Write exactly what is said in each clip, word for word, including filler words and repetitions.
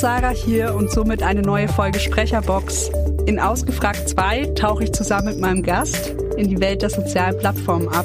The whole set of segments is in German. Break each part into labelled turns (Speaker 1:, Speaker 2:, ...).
Speaker 1: Sarah hier und somit eine neue Folge Sprecherbox. In Ausgefragt zwei tauche ich zusammen mit meinem Gast in die Welt der sozialen Plattformen ab.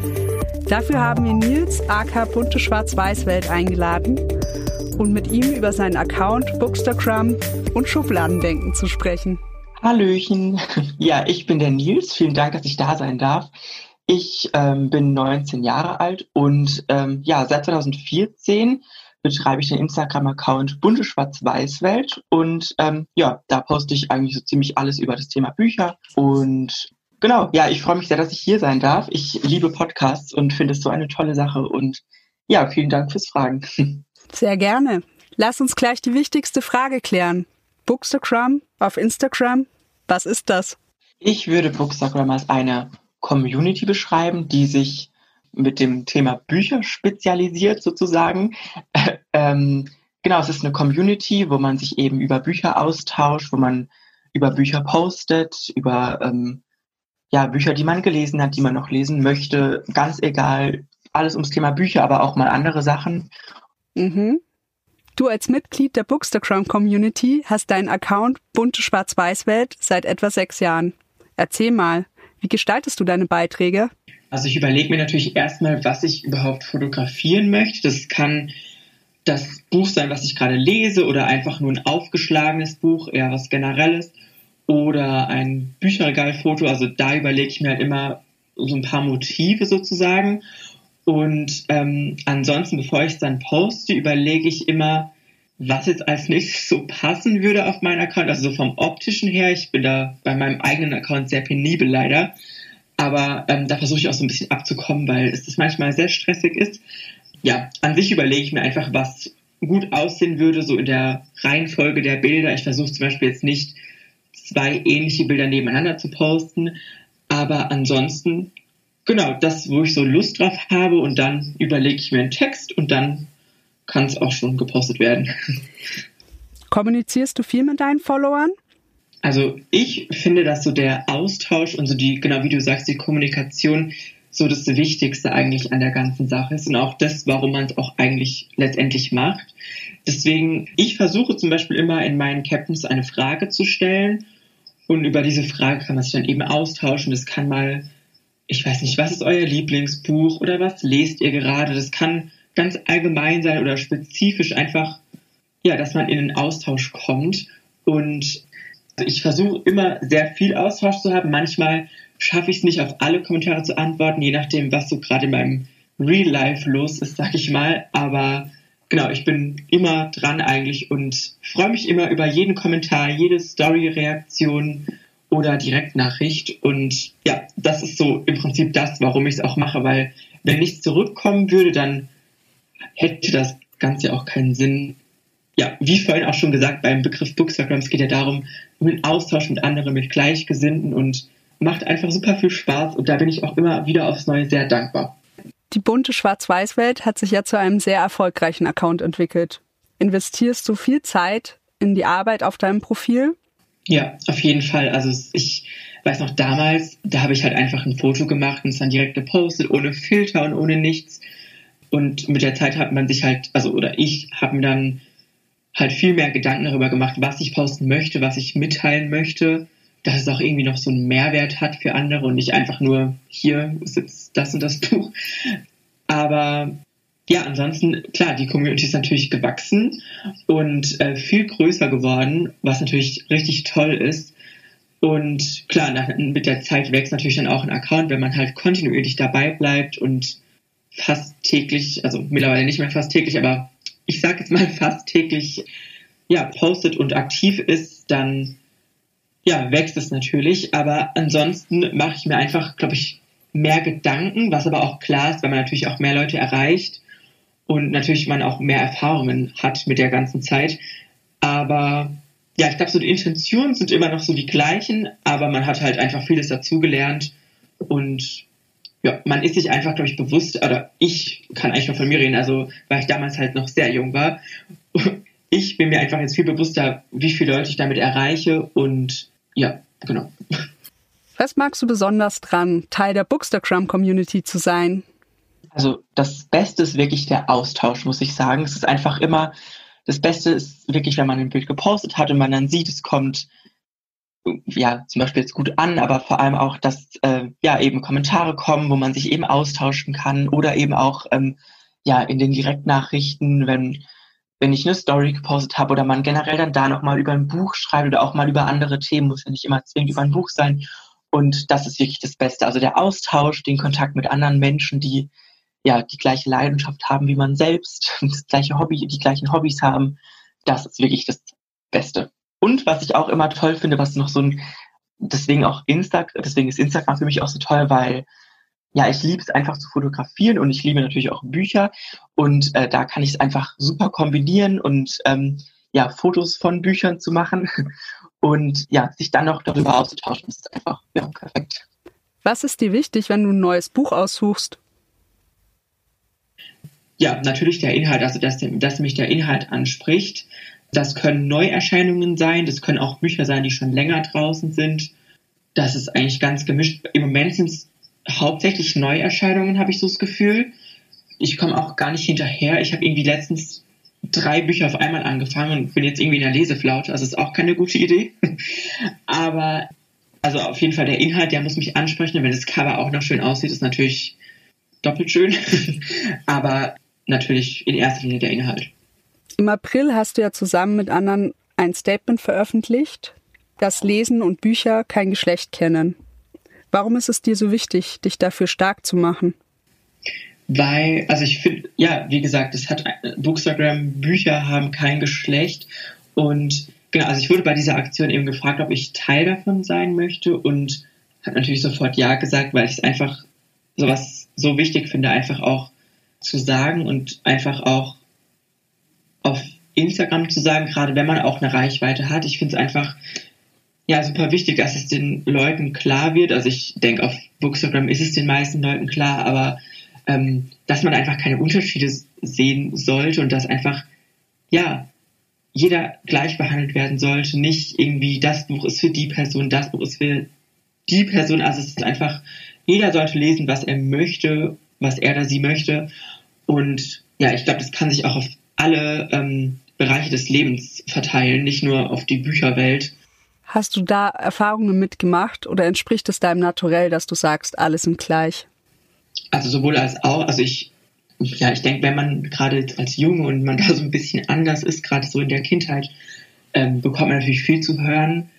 Speaker 1: Dafür haben wir Nils aka Bunte Schwarz-Weiß-Welt eingeladen und mit ihm über seinen Account, Bookstagram und Schubladendenken zu sprechen.
Speaker 2: Hallöchen. Ja, ich bin der Nils. Vielen Dank, dass ich da sein darf. Ich ähm, bin neunzehn Jahre alt und ähm, ja, seit zwanzig vierzehn betreibe ich den Instagram-Account Bunte Schwarz-Weiß-Welt und ähm, ja, da poste ich eigentlich so ziemlich alles über das Thema Bücher und genau, ja, ich freue mich sehr, dass ich hier sein darf. Ich liebe Podcasts und finde es so eine tolle Sache und ja, vielen Dank fürs Fragen.
Speaker 1: Sehr gerne. Lass uns gleich die wichtigste Frage klären. Bookstagram auf Instagram, was ist das?
Speaker 2: Ich würde Bookstagram als eine Community beschreiben, die sich mit dem Thema Bücher spezialisiert sozusagen. Äh, ähm, genau, es ist eine Community, wo man sich eben über Bücher austauscht, wo man über Bücher postet, über ähm, ja, Bücher, die man gelesen hat, die man noch lesen möchte. Ganz egal, alles ums Thema Bücher, aber auch mal andere Sachen.
Speaker 1: Mhm. Du als Mitglied der Bookstagram-Community hast deinen Account Bunte Schwarz-Weiß-Welt seit etwa sechs Jahren. Erzähl mal, wie gestaltest du deine Beiträge?
Speaker 2: Also ich überlege mir natürlich erstmal, was ich überhaupt fotografieren möchte. Das kann das Buch sein, was ich gerade lese, oder einfach nur ein aufgeschlagenes Buch, eher was Generelles, oder ein Bücherregalfoto. Also da überlege ich mir halt immer so ein paar Motive sozusagen. Und ähm, ansonsten, bevor ich es dann poste, überlege ich immer, was jetzt als nächstes so passen würde auf meinen Account. Also so vom Optischen her. Ich bin da bei meinem eigenen Account sehr penibel leider. Aber ähm, da versuche ich auch so ein bisschen abzukommen, weil es das manchmal sehr stressig ist. Ja, an sich überlege ich mir einfach, was gut aussehen würde, so in der Reihenfolge der Bilder. Ich versuche zum Beispiel jetzt nicht zwei ähnliche Bilder nebeneinander zu posten. Aber ansonsten, genau, das, wo ich so Lust drauf habe, und dann überlege ich mir einen Text und dann kann es auch schon gepostet werden.
Speaker 1: Kommunizierst du viel mit deinen Followern?
Speaker 2: Also ich finde, dass so der Austausch und so die, genau wie du sagst, die Kommunikation so das Wichtigste eigentlich an der ganzen Sache ist und auch das, warum man es auch eigentlich letztendlich macht. Deswegen, ich versuche zum Beispiel immer in meinen Captions eine Frage zu stellen und über diese Frage kann man sich dann eben austauschen. Das kann mal, ich weiß nicht, was ist euer Lieblingsbuch oder was lest ihr gerade? Das kann ganz allgemein sein oder spezifisch einfach, ja, dass man in den Austausch kommt. Und ich versuche immer sehr viel Austausch zu haben. Manchmal schaffe ich es nicht, auf alle Kommentare zu antworten, je nachdem, was so gerade in meinem Real Life los ist, sag ich mal. Aber genau, ich bin immer dran eigentlich und freue mich immer über jeden Kommentar, jede Story-Reaktion oder Direktnachricht. Und ja, das ist so im Prinzip das, warum ich es auch mache, weil wenn nichts zurückkommen würde, dann hätte das Ganze auch keinen Sinn. Ja, wie vorhin auch schon gesagt, beim Begriff Bookstagram, es geht ja darum, um den Austausch mit anderen, mit Gleichgesinnten und macht einfach super viel Spaß und da bin ich auch immer wieder aufs Neue sehr dankbar.
Speaker 1: Die Bunte Schwarz-Weiß-Welt hat sich ja zu einem sehr erfolgreichen Account entwickelt. Investierst du viel Zeit in die Arbeit auf deinem Profil?
Speaker 2: Ja, auf jeden Fall. Also ich weiß noch damals, da habe ich halt einfach ein Foto gemacht und es dann direkt gepostet, ohne Filter und ohne nichts. Und mit der Zeit hat man sich halt, also oder ich habe mir dann halt viel mehr Gedanken darüber gemacht, was ich posten möchte, was ich mitteilen möchte, dass es auch irgendwie noch so einen Mehrwert hat für andere und nicht einfach nur, hier ist jetzt das und das Buch. Aber ja, ansonsten, klar, die Community ist natürlich gewachsen und äh, viel größer geworden, was natürlich richtig toll ist. Und klar, nach, mit der Zeit wächst natürlich dann auch ein Account, wenn man halt kontinuierlich dabei bleibt und fast täglich, also mittlerweile nicht mehr fast täglich, aber ich sage jetzt mal fast täglich, ja, postet und aktiv ist, dann, ja, wächst es natürlich. Aber ansonsten mache ich mir einfach, glaube ich, mehr Gedanken, was aber auch klar ist, weil man natürlich auch mehr Leute erreicht und natürlich man auch mehr Erfahrungen hat mit der ganzen Zeit. Aber ja, ich glaube, so die Intentionen sind immer noch so die gleichen, aber man hat halt einfach vieles dazugelernt und ja, man ist sich einfach, glaube ich, bewusst, oder ich kann eigentlich nur von mir reden, also weil ich damals halt noch sehr jung war. Ich bin mir einfach jetzt viel bewusster, wie viele Leute ich damit erreiche und ja, genau.
Speaker 1: Was magst du besonders dran, Teil der Bookstagram-Community zu sein?
Speaker 2: Also das Beste ist wirklich der Austausch, muss ich sagen. Es ist einfach immer das Beste ist wirklich, wenn man ein Bild gepostet hat und man dann sieht, es kommt ja zum Beispiel jetzt gut an, aber vor allem auch, dass äh, ja eben Kommentare kommen, wo man sich eben austauschen kann oder eben auch ähm, ja in den Direktnachrichten, wenn wenn ich eine Story gepostet habe oder man generell dann da nochmal über ein Buch schreibt oder auch mal über andere Themen, muss ja nicht immer zwingend über ein Buch sein. Und das ist wirklich das Beste. Also der Austausch, den Kontakt mit anderen Menschen, die ja die gleiche Leidenschaft haben wie man selbst, das gleiche Hobby, die gleichen Hobbys haben, das ist wirklich das Beste. Und was ich auch immer toll finde, was noch so ein, deswegen auch Insta, deswegen ist Instagram für mich auch so toll, weil ja, ich liebe es einfach zu fotografieren und ich liebe natürlich auch Bücher und äh, da kann ich es einfach super kombinieren und ähm, ja, Fotos von Büchern zu machen und ja, sich dann noch darüber auszutauschen, das ist einfach ja, perfekt.
Speaker 1: Was ist dir wichtig, wenn du ein neues Buch aussuchst?
Speaker 2: Ja, natürlich der Inhalt, also dass, dass mich der Inhalt anspricht. Das können Neuerscheinungen sein, das können auch Bücher sein, die schon länger draußen sind. Das ist eigentlich ganz gemischt. Im Moment sind es hauptsächlich Neuerscheinungen, habe ich so das Gefühl. Ich komme auch gar nicht hinterher. Ich habe irgendwie letztens drei Bücher auf einmal angefangen und bin jetzt irgendwie in der Leseflaute. Also ist auch keine gute Idee. Aber also auf jeden Fall der Inhalt, der muss mich ansprechen. Und wenn das Cover auch noch schön aussieht, ist natürlich doppelt schön. Aber natürlich in erster Linie der Inhalt.
Speaker 1: Im April hast du ja zusammen mit anderen ein Statement veröffentlicht, dass Lesen und Bücher kein Geschlecht kennen. Warum ist es dir so wichtig, dich dafür stark zu machen?
Speaker 2: Weil, also ich finde, ja, wie gesagt, es hat Bookstagram, Bücher haben kein Geschlecht und genau, also ich wurde bei dieser Aktion eben gefragt, ob ich Teil davon sein möchte und habe natürlich sofort ja gesagt, weil ich es einfach sowas so wichtig finde, einfach auch zu sagen und einfach auch auf Instagram zu sagen, gerade wenn man auch eine Reichweite hat. Ich finde es einfach ja, super wichtig, dass es den Leuten klar wird. Also ich denke, auf Bookstagram ist es den meisten Leuten klar, aber ähm, dass man einfach keine Unterschiede sehen sollte und dass einfach, ja, jeder gleich behandelt werden sollte. Nicht irgendwie, das Buch ist für die Person, das Buch ist für die Person. Also es ist einfach, jeder sollte lesen, was er möchte, was er oder sie möchte. Und ja, ich glaube, das kann sich auch auf alle ähm, Bereiche des Lebens verteilen, nicht nur auf die Bücherwelt.
Speaker 1: Hast du da Erfahrungen mitgemacht oder entspricht es deinem Naturell, dass du sagst, alle sind gleich?
Speaker 2: Also sowohl als auch, also ich, ja, ich denke, wenn man gerade als Junge und man da so ein bisschen anders ist, gerade so in der Kindheit, ähm, bekommt man natürlich viel zu hören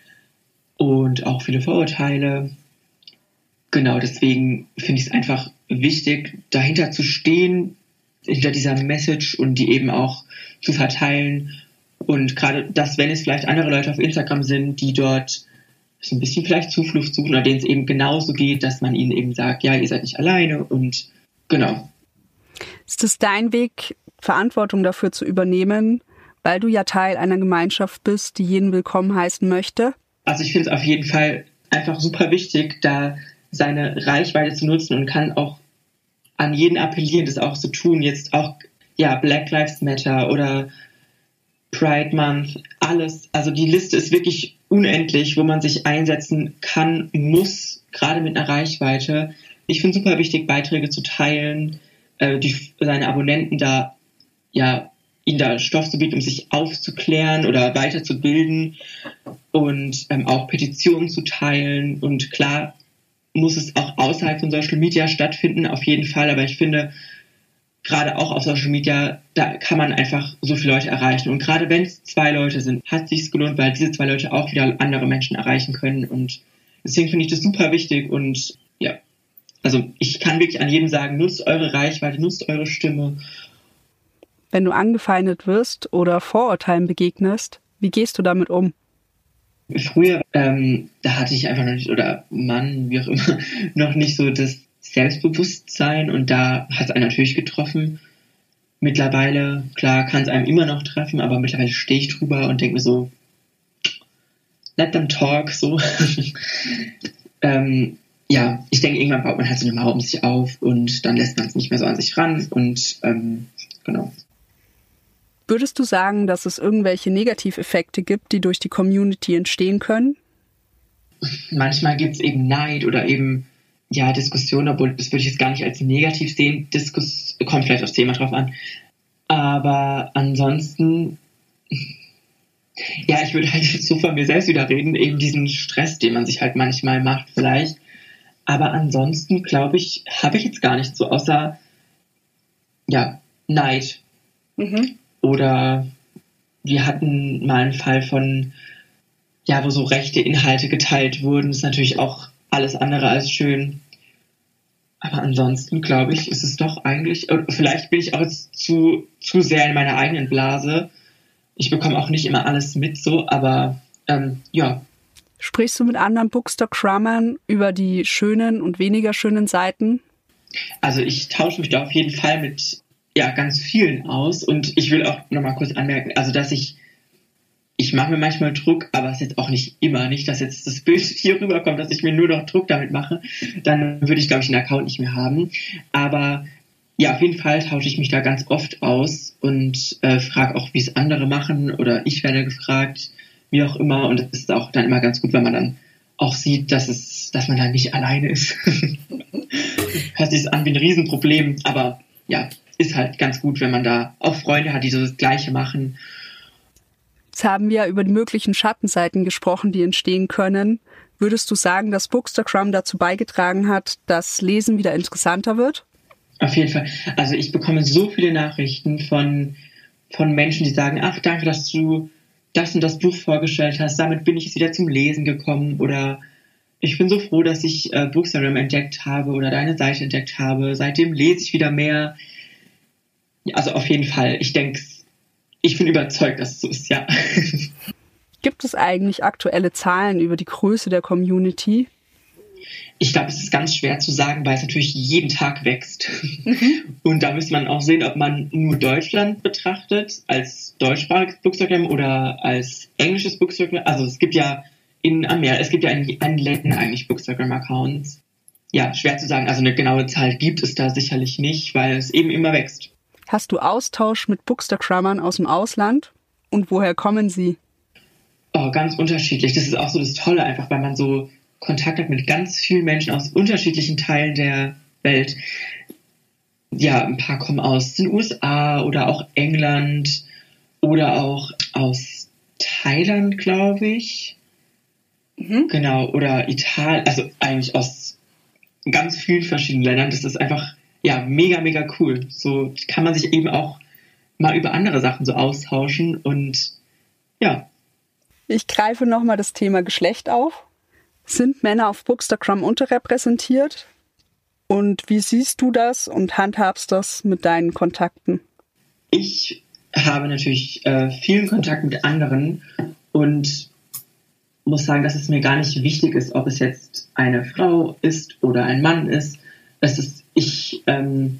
Speaker 2: und auch viele Vorurteile. Genau, deswegen finde ich es einfach wichtig, dahinter zu stehen, hinter dieser Message und die eben auch zu verteilen. Und gerade das, wenn es vielleicht andere Leute auf Instagram sind, die dort so ein bisschen vielleicht Zuflucht suchen oder denen es eben genauso geht, dass man ihnen eben sagt, ja, ihr seid nicht alleine und genau.
Speaker 1: Ist es dein Weg, Verantwortung dafür zu übernehmen, weil du ja Teil einer Gemeinschaft bist, die jeden willkommen heißen möchte?
Speaker 2: Also ich finde es auf jeden Fall einfach super wichtig, da seine Reichweite zu nutzen und kann auch an jeden appellieren, das auch zu tun. Jetzt auch, ja, Black Lives Matter oder Pride Month, alles. Also die Liste ist wirklich unendlich, wo man sich einsetzen kann, muss, gerade mit einer Reichweite. Ich finde es super wichtig, Beiträge zu teilen, äh, die, seine Abonnenten da, ja, ihnen da Stoff zu bieten, um sich aufzuklären oder weiterzubilden und ähm, auch Petitionen zu teilen. Und klar muss es auch außerhalb von Social Media stattfinden, auf jeden Fall. Aber ich finde, gerade auch auf Social Media, da kann man einfach so viele Leute erreichen. Und gerade wenn es zwei Leute sind, hat es sich gelohnt, weil diese zwei Leute auch wieder andere Menschen erreichen können. Und deswegen finde ich das super wichtig. Und ja, also ich kann wirklich an jedem sagen, nutzt eure Reichweite, nutzt eure Stimme.
Speaker 1: Wenn du angefeindet wirst oder Vorurteilen begegnest, wie gehst du damit um?
Speaker 2: Früher, ähm, da hatte ich einfach noch nicht, oder Mann, wie auch immer, noch nicht so das Selbstbewusstsein und da hat es einen natürlich getroffen. Mittlerweile, klar, kann es einem immer noch treffen, aber mittlerweile stehe ich drüber und denke mir so, let them talk, so. ähm, ja, ich denke, irgendwann baut man halt so eine Mauer um sich auf und dann lässt man es nicht mehr so an sich ran und ähm, genau.
Speaker 1: Würdest du sagen, dass es irgendwelche Negativeffekte gibt, die durch die Community entstehen können?
Speaker 2: Manchmal gibt es eben Neid oder eben ja, Diskussion, obwohl das würde ich jetzt gar nicht als negativ sehen. Diskus kommt vielleicht aufs Thema drauf an. Aber ansonsten Ja, ich würde halt jetzt so von mir selbst wieder reden, eben diesen Stress, den man sich halt manchmal macht vielleicht. Aber ansonsten, glaube ich, habe ich jetzt gar nicht so, außer, ja, Neid. Mhm. Oder wir hatten mal einen Fall von, ja, wo so rechte Inhalte geteilt wurden. Das ist natürlich auch alles andere als schön. Aber ansonsten, glaube ich, ist es doch eigentlich, vielleicht bin ich auch jetzt zu, zu sehr in meiner eigenen Blase. Ich bekomme auch nicht immer alles mit so, aber ähm, ja.
Speaker 1: Sprichst du mit anderen Bookstagrammern über die schönen und weniger schönen Seiten?
Speaker 2: Also ich tausche mich da auf jeden Fall mit ja, ganz vielen aus. Und ich will auch nochmal kurz anmerken, also dass ich, ich mache mir manchmal Druck, aber es ist jetzt auch nicht immer, nicht, dass jetzt das Bild hier rüberkommt, dass ich mir nur noch Druck damit mache. Dann würde ich, glaube ich, einen Account nicht mehr haben. Aber ja, auf jeden Fall tausche ich mich da ganz oft aus und äh, frage auch, wie es andere machen, oder ich werde gefragt, wie auch immer. Und das ist auch dann immer ganz gut, wenn man dann auch sieht, dass es, dass man da nicht alleine ist. Hört sich an wie ein Riesenproblem, aber ja, ist halt ganz gut, wenn man da auch Freunde hat, die so das Gleiche machen.
Speaker 1: Jetzt haben wir über die möglichen Schattenseiten gesprochen, die entstehen können. Würdest du sagen, dass Bookstagram dazu beigetragen hat, dass Lesen wieder interessanter wird?
Speaker 2: Auf jeden Fall. Also ich bekomme so viele Nachrichten von, von Menschen, die sagen, ach, danke, dass du das und das Buch vorgestellt hast, damit bin ich jetzt wieder zum Lesen gekommen, oder ich bin so froh, dass ich äh, Bookstagram entdeckt habe oder deine Seite entdeckt habe, seitdem lese ich wieder mehr. Also auf jeden Fall, ich denke, ich bin überzeugt, dass es so ist, ja.
Speaker 1: Gibt es eigentlich aktuelle Zahlen über die Größe der Community?
Speaker 2: Ich glaube, es ist ganz schwer zu sagen, weil es natürlich jeden Tag wächst. Mhm. Und da müsste man auch sehen, ob man nur Deutschland betrachtet, als deutschsprachiges Bookstagram oder als englisches Bookstagram. Also es gibt ja in Amerika, es gibt ja in allen Ländern eigentlich Bookstagram-Accounts. Ja, schwer zu sagen. Also eine genaue Zahl gibt es da sicherlich nicht, weil es eben immer wächst.
Speaker 1: Hast du Austausch mit Bookstagrammern aus dem Ausland? Und woher kommen sie?
Speaker 2: Oh, ganz unterschiedlich. Das ist auch so das Tolle einfach, weil man so Kontakt hat mit ganz vielen Menschen aus unterschiedlichen Teilen der Welt. Ja, ein paar kommen aus den U S A oder auch England oder auch aus Thailand, glaube ich. Mhm. Genau, oder Italien, also eigentlich aus ganz vielen verschiedenen Ländern. Das ist einfach, ja, mega, mega cool. So kann man sich eben auch mal über andere Sachen so austauschen und ja.
Speaker 1: Ich greife nochmal das Thema Geschlecht auf. Sind Männer auf Bookstagram unterrepräsentiert? Und wie siehst du das und handhabst das mit deinen Kontakten?
Speaker 2: Ich habe natürlich äh, vielen Kontakt mit anderen und muss sagen, dass es mir gar nicht wichtig ist, ob es jetzt eine Frau ist oder ein Mann ist. Es ist, ich, ähm,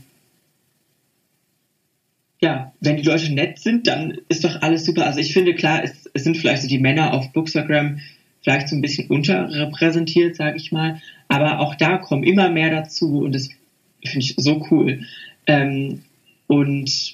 Speaker 2: ja, wenn die Leute nett sind, dann ist doch alles super. Also ich finde, klar, es, es sind vielleicht so die Männer auf Bookstagram vielleicht so ein bisschen unterrepräsentiert, sage ich mal. Aber auch da kommen immer mehr dazu und das finde ich so cool. Ähm, und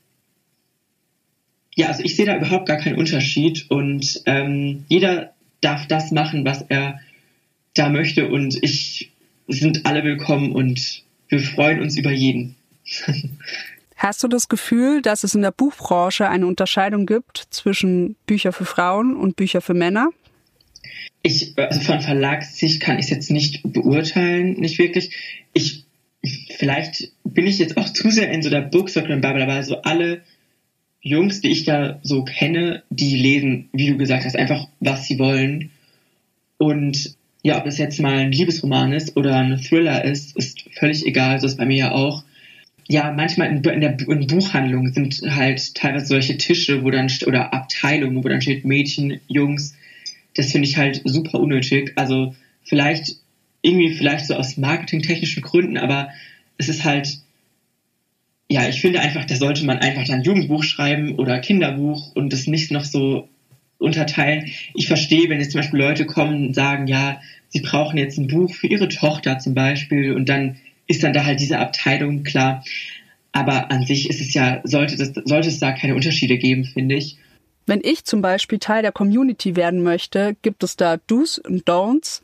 Speaker 2: ja, also ich sehe da überhaupt gar keinen Unterschied und ähm, jeder darf das machen, was er da möchte und ich sind alle willkommen und wir freuen uns über jeden.
Speaker 1: Hast du das Gefühl, dass es in der Buchbranche eine Unterscheidung gibt zwischen Bücher für Frauen und Bücher für Männer?
Speaker 2: Ich, also von Verlagssicht kann ich es jetzt nicht beurteilen, nicht wirklich. Ich, vielleicht bin ich jetzt auch zu sehr in so der Bookstagram-Bubble, aber so alle Jungs, die ich da so kenne, die lesen, wie du gesagt hast, einfach, was sie wollen. Und ja, ob es jetzt mal ein Liebesroman ist oder ein Thriller ist, ist völlig egal. So ist bei mir ja auch. Ja, manchmal in, in der in Buchhandlung sind halt teilweise solche Tische, wo dann oder Abteilungen, wo dann steht Mädchen, Jungs. Das finde ich halt super unnötig. Also vielleicht, irgendwie vielleicht so aus marketingtechnischen Gründen, aber es ist halt, ja, ich finde einfach, da sollte man einfach dann Jugendbuch schreiben oder Kinderbuch und das nicht noch so unterteilen. Ich verstehe, wenn jetzt zum Beispiel Leute kommen und sagen, ja, sie brauchen jetzt ein Buch für ihre Tochter zum Beispiel und dann ist dann da halt diese Abteilung, klar. Aber an sich ist es ja, sollte, das, sollte es da keine Unterschiede geben, finde ich.
Speaker 1: Wenn ich zum Beispiel Teil der Community werden möchte, gibt es da Do's und Don'ts?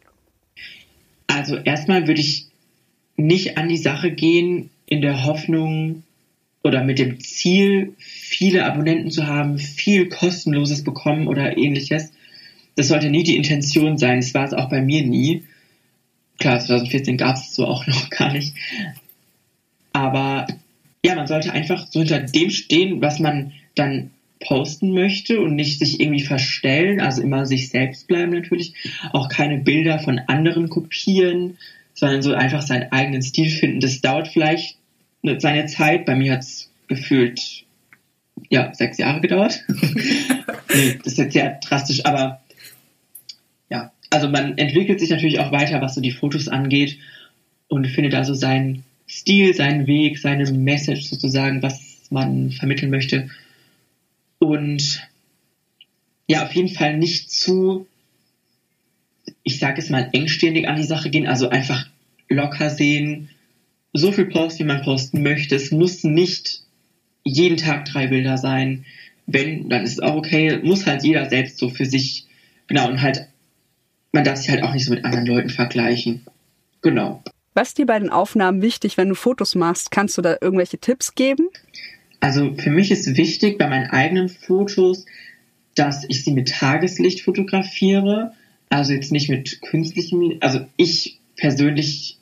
Speaker 2: Also erstmal würde ich nicht an die Sache gehen in der Hoffnung, oder mit dem Ziel, viele Abonnenten zu haben, viel Kostenloses bekommen oder ähnliches. Das sollte nie die Intention sein. Das war es auch bei mir nie. Klar, zwanzig vierzehn gab es so auch noch gar nicht. Aber ja, man sollte einfach so hinter dem stehen, was man dann posten möchte und nicht sich irgendwie verstellen, also immer sich selbst bleiben natürlich, auch keine Bilder von anderen kopieren, sondern so einfach seinen eigenen Stil finden. Das dauert vielleicht seine Zeit. Bei mir hat es gefühlt ja sechs Jahre gedauert. Nee, das ist jetzt sehr drastisch, aber ja, also man entwickelt sich natürlich auch weiter, was so die Fotos angeht und findet also seinen Stil, seinen Weg, seine Message sozusagen, was man vermitteln möchte. Und ja, auf jeden Fall nicht zu, ich sage es mal, engstirnig an die Sache gehen, also einfach locker sehen, so viel posten, wie man posten möchte. Es muss nicht jeden Tag drei Bilder sein. Wenn, dann ist es auch okay. Muss halt jeder selbst so für sich, genau, und halt, man darf sich halt auch nicht so mit anderen Leuten vergleichen. Genau.
Speaker 1: Was ist dir bei den Aufnahmen wichtig, wenn du Fotos machst? Kannst du da irgendwelche Tipps geben?
Speaker 2: Also für mich ist wichtig bei meinen eigenen Fotos, dass ich sie mit Tageslicht fotografiere. Also jetzt nicht mit künstlichem, also ich persönlich,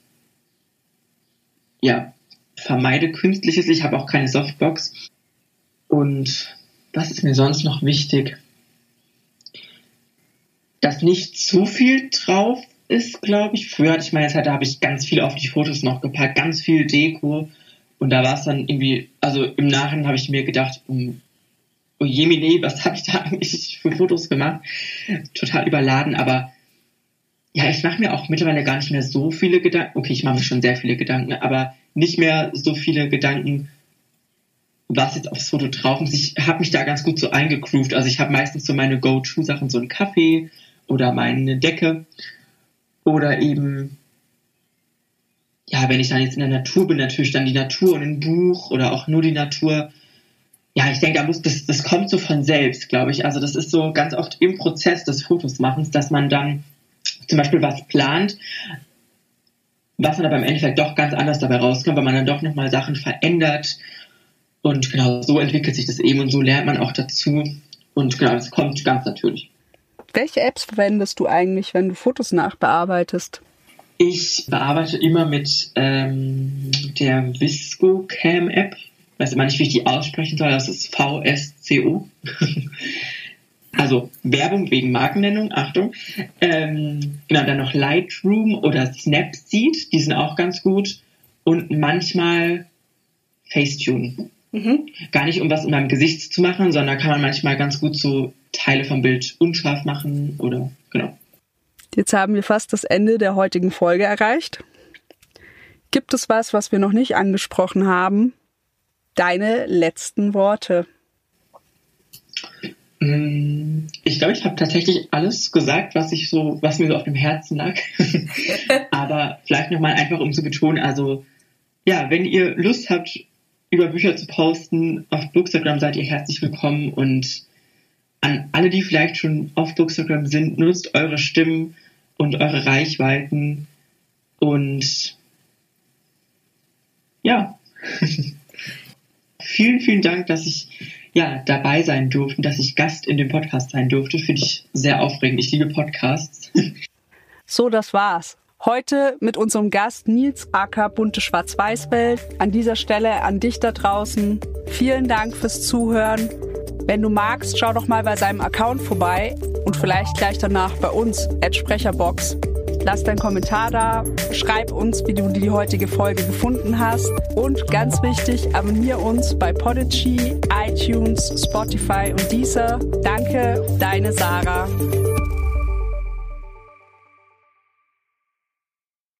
Speaker 2: ja, vermeide künstliches Licht, ich habe auch keine Softbox. Und was ist mir sonst noch wichtig? Dass nicht zu viel drauf ist, glaube ich. Früher hatte ich meine Zeit, da habe ich ganz viel auf die Fotos noch gepackt, ganz viel Deko. Und da war es dann irgendwie, also im Nachhinein habe ich mir gedacht, oh jemine, was habe ich da eigentlich für Fotos gemacht? Total überladen, aber ja, ich mache mir auch mittlerweile gar nicht mehr so viele Gedanken. Okay, ich mache mir schon sehr viele Gedanken, aber nicht mehr so viele Gedanken, was jetzt aufs Foto drauf ist. Ich habe mich da ganz gut so eingegroovt. Also ich habe meistens so meine Go-To-Sachen, so einen Kaffee oder meine Decke oder eben, ja, wenn ich dann jetzt in der Natur bin, natürlich dann die Natur und ein Buch oder auch nur die Natur. Ja, ich denke, da muss, das, das kommt so von selbst, glaube ich. Also das ist so ganz oft im Prozess des Fotosmachens, dass man dann zum Beispiel was plant, was dann aber im Endeffekt doch ganz anders dabei rauskommt, weil man dann doch nochmal Sachen verändert. Und genau, so entwickelt sich das eben und so lernt man auch dazu. Und genau, das kommt ganz natürlich. Welche Apps verwendest du eigentlich, wenn du Fotos nachbearbeitest? Ich bearbeite immer mit ähm, der VSCO-Cam-App. Ich weiß immer nicht, wie ich die aussprechen soll. Das ist V S C O. Also Werbung wegen Markennennung, Achtung. Ähm, genau, dann noch Lightroom oder Snapseed, die sind auch ganz gut. Und manchmal Facetune. Mhm. Gar nicht, um was in meinem Gesicht zu machen, sondern kann man manchmal ganz gut so Teile vom Bild unscharf machen oder, genau. Jetzt haben wir fast das Ende der heutigen Folge erreicht. Gibt es was, was wir noch nicht angesprochen haben? Deine letzten Worte. Ich glaube, ich habe tatsächlich alles gesagt, was ich so, was mir so auf dem Herzen lag. Aber vielleicht nochmal einfach, um zu betonen, also ja, wenn ihr Lust habt, über Bücher zu posten, auf Bookstagram seid ihr herzlich willkommen und an alle, die vielleicht schon auf Bookstagram sind, nutzt eure Stimmen und eure Reichweiten und ja, vielen, vielen Dank, dass ich ja dabei sein durfte, dass ich Gast in dem Podcast sein durfte. Finde ich sehr aufregend. Ich liebe Podcasts. So, das war's. Heute mit unserem Gast Nils aka Bunte Schwarz-Weiß-Welt. An dieser Stelle an dich da draußen. Vielen Dank fürs Zuhören. Wenn du magst, schau doch mal bei seinem Account vorbei und vielleicht gleich danach bei uns, at Sprecherbox. Lass deinen Kommentar da, schreib uns, wie du die heutige Folge gefunden hast und ganz wichtig, abonniere uns bei Podigy, iTunes, Spotify und Deezer. Danke, deine Sarah.